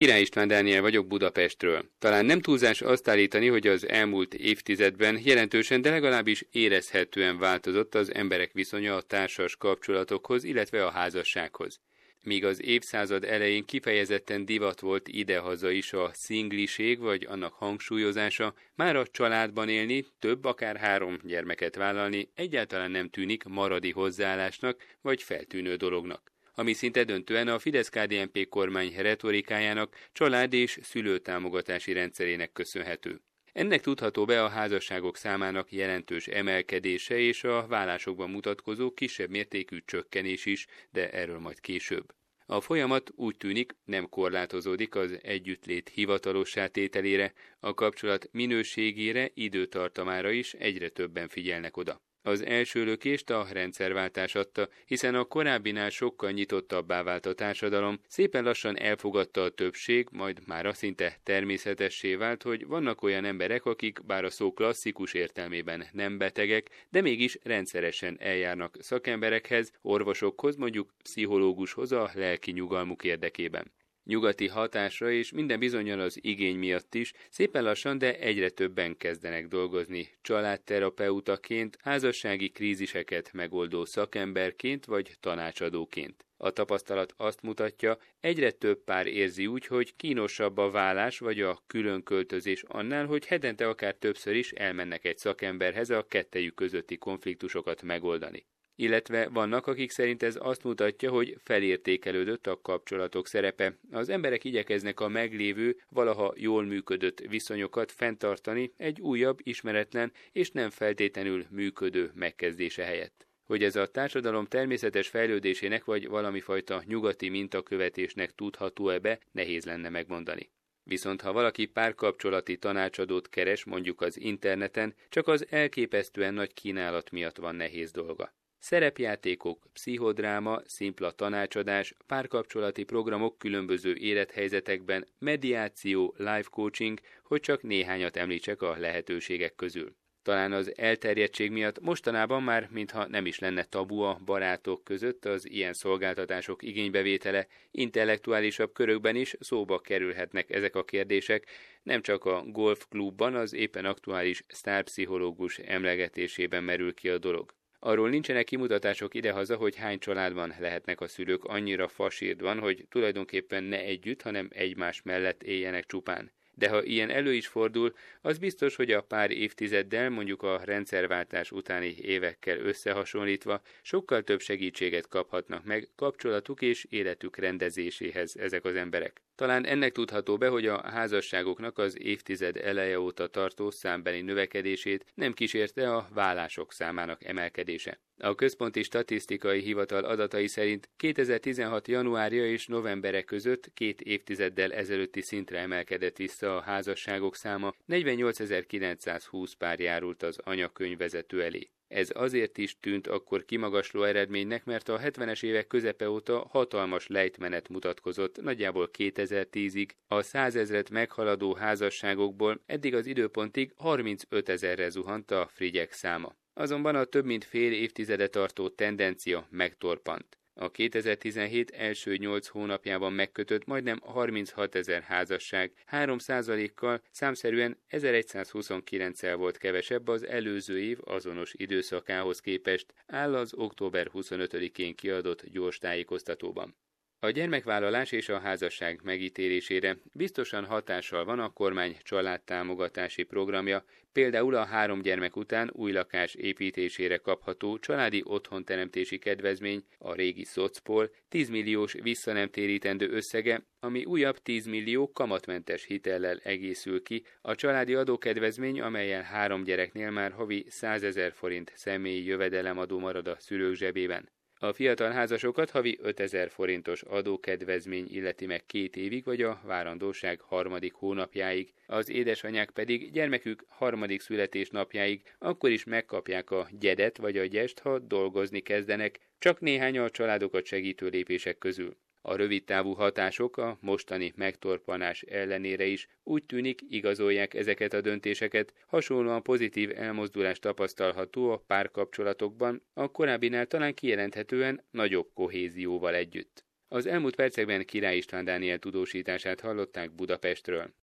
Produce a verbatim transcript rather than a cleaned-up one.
Király István Dániel vagyok Budapestről. Talán nem túlzás azt állítani, hogy az elmúlt évtizedben jelentősen, de legalábbis érezhetően változott az emberek viszonya a társas kapcsolatokhoz, illetve a házassághoz. Míg az évszázad elején kifejezetten divat volt idehaza is a szingliség vagy annak hangsúlyozása, már a családban élni, több, akár három gyermeket vállalni egyáltalán nem tűnik maradi hozzáállásnak vagy feltűnő dolognak, ami szinte döntően a Fidesz-ká dé en pé kormány retorikájának, család- és szülőtámogatási rendszerének köszönhető. Ennek tudható be a házasságok számának jelentős emelkedése és a vállásokban mutatkozó kisebb mértékű csökkenés is, de erről majd később. A folyamat úgy tűnik nem korlátozódik az együttlét hivatalossá tételére, a kapcsolat minőségére, időtartamára is egyre többen figyelnek oda. Az első lökést a rendszerváltás adta, hiszen a korábbinál sokkal nyitottabbá vált a társadalom, szépen lassan elfogadta a többség, majd mára szinte természetessé vált, hogy vannak olyan emberek, akik bár a szó klasszikus értelmében nem betegek, de mégis rendszeresen eljárnak szakemberekhez, orvosokhoz, mondjuk pszichológushoz a lelki nyugalmuk érdekében. Nyugati hatásra és minden bizonnyal az igény miatt is szépen lassan, de egyre többen kezdenek dolgozni családterapeutaként, házassági kríziseket megoldó szakemberként vagy tanácsadóként. A tapasztalat azt mutatja, egyre több pár érzi úgy, hogy kínosabb a válás vagy a különköltözés annál, hogy hetente akár többször is elmennek egy szakemberhez a kettejük közötti konfliktusokat megoldani. Illetve vannak, akik szerint ez azt mutatja, hogy felértékelődött a kapcsolatok szerepe. Az emberek igyekeznek a meglévő, valaha jól működött viszonyokat fenntartani egy újabb, ismeretlen és nem feltétlenül működő megkezdése helyett. Hogy ez a társadalom természetes fejlődésének vagy valami fajta nyugati mintakövetésnek tudható-e be, nehéz lenne megmondani. Viszont ha valaki párkapcsolati tanácsadót keres mondjuk az interneten, csak az elképesztően nagy kínálat miatt van nehéz dolga. Szerepjátékok, pszichodráma, szimpla tanácsadás, párkapcsolati programok különböző élethelyzetekben, mediáció, life coaching, hogy csak néhányat említsek a lehetőségek közül. Talán az elterjedtség miatt mostanában már mintha nem is lenne tabu a barátok között az ilyen szolgáltatások igénybevétele, intellektuálisabb körökben is szóba kerülhetnek ezek a kérdések, nem csak a golfklubban az éppen aktuális sztárpszichológus emlegetésében merül ki a dolog. Arról nincsenek kimutatások idehaza, hogy hány családban lehetnek a szülők annyira fasírdban, hogy tulajdonképpen ne együtt, hanem egymás mellett éljenek csupán. De ha ilyen elő is fordul, az biztos, hogy a pár évtizeddel, mondjuk a rendszerváltás utáni évekkel összehasonlítva sokkal több segítséget kaphatnak meg kapcsolatuk és életük rendezéséhez ezek az emberek. Talán ennek tudható be, hogy a házasságoknak az évtized eleje óta tartó számbeli növekedését nem kísérte a válások számának emelkedése. A Központi Statisztikai Hivatal adatai szerint kétezer-tizenhat januárja és novembere között két évtizeddel ezelőtti szintre emelkedett vissza a házasságok száma, negyvennyolcezer-kilencszázhúsz pár járult az anyakönyvvezető elé. Ez azért is tűnt akkor kimagasló eredménynek, mert a hetvenes évek közepe óta hatalmas lejtmenet mutatkozott, nagyjából kétezer-tízig, a százezret meghaladó házasságokból eddig az időpontig harmincötezerre zuhant a frigyek száma. Azonban a több mint fél évtizede tartó tendencia megtorpant. A kétezer-tizenhét első nyolc hónapjában megkötött majdnem harminchatezer házasság, három százalékkal számszerűen ezeregyszázhuszonkilenccel volt kevesebb az előző év azonos időszakához képest, áll az október huszonötödikén kiadott gyors tájékoztatóban. A gyermekvállalás és a házasság megítélésére biztosan hatással van a kormány családtámogatási programja, például a három gyermek után új lakás építésére kapható családi otthonteremtési kedvezmény, a régi szocpol tíz milliós visszanemtérítendő összege, ami újabb tíz millió kamatmentes hitellel egészül ki, a családi adókedvezmény, amellyel három gyereknél már havi százezer forint személyi jövedelemadó marad a szülők zsebében. A fiatal házasokat havi ötezer forintos adókedvezmény illeti meg két évig vagy a várandóság harmadik hónapjáig, az édesanyák pedig gyermekük harmadik születésnapjáig akkor is megkapják a gyedet vagy a gyest, ha dolgozni kezdenek, csak néhány a családokat segítő lépések közül. A rövidtávú hatások a mostani megtorpanás ellenére is úgy tűnik igazolják ezeket a döntéseket, hasonlóan pozitív elmozdulás tapasztalható a párkapcsolatokban, a korábbinál talán kijelenthetően nagyobb kohézióval együtt. Az elmúlt percekben Király István Dániel tudósítását hallották Budapestről.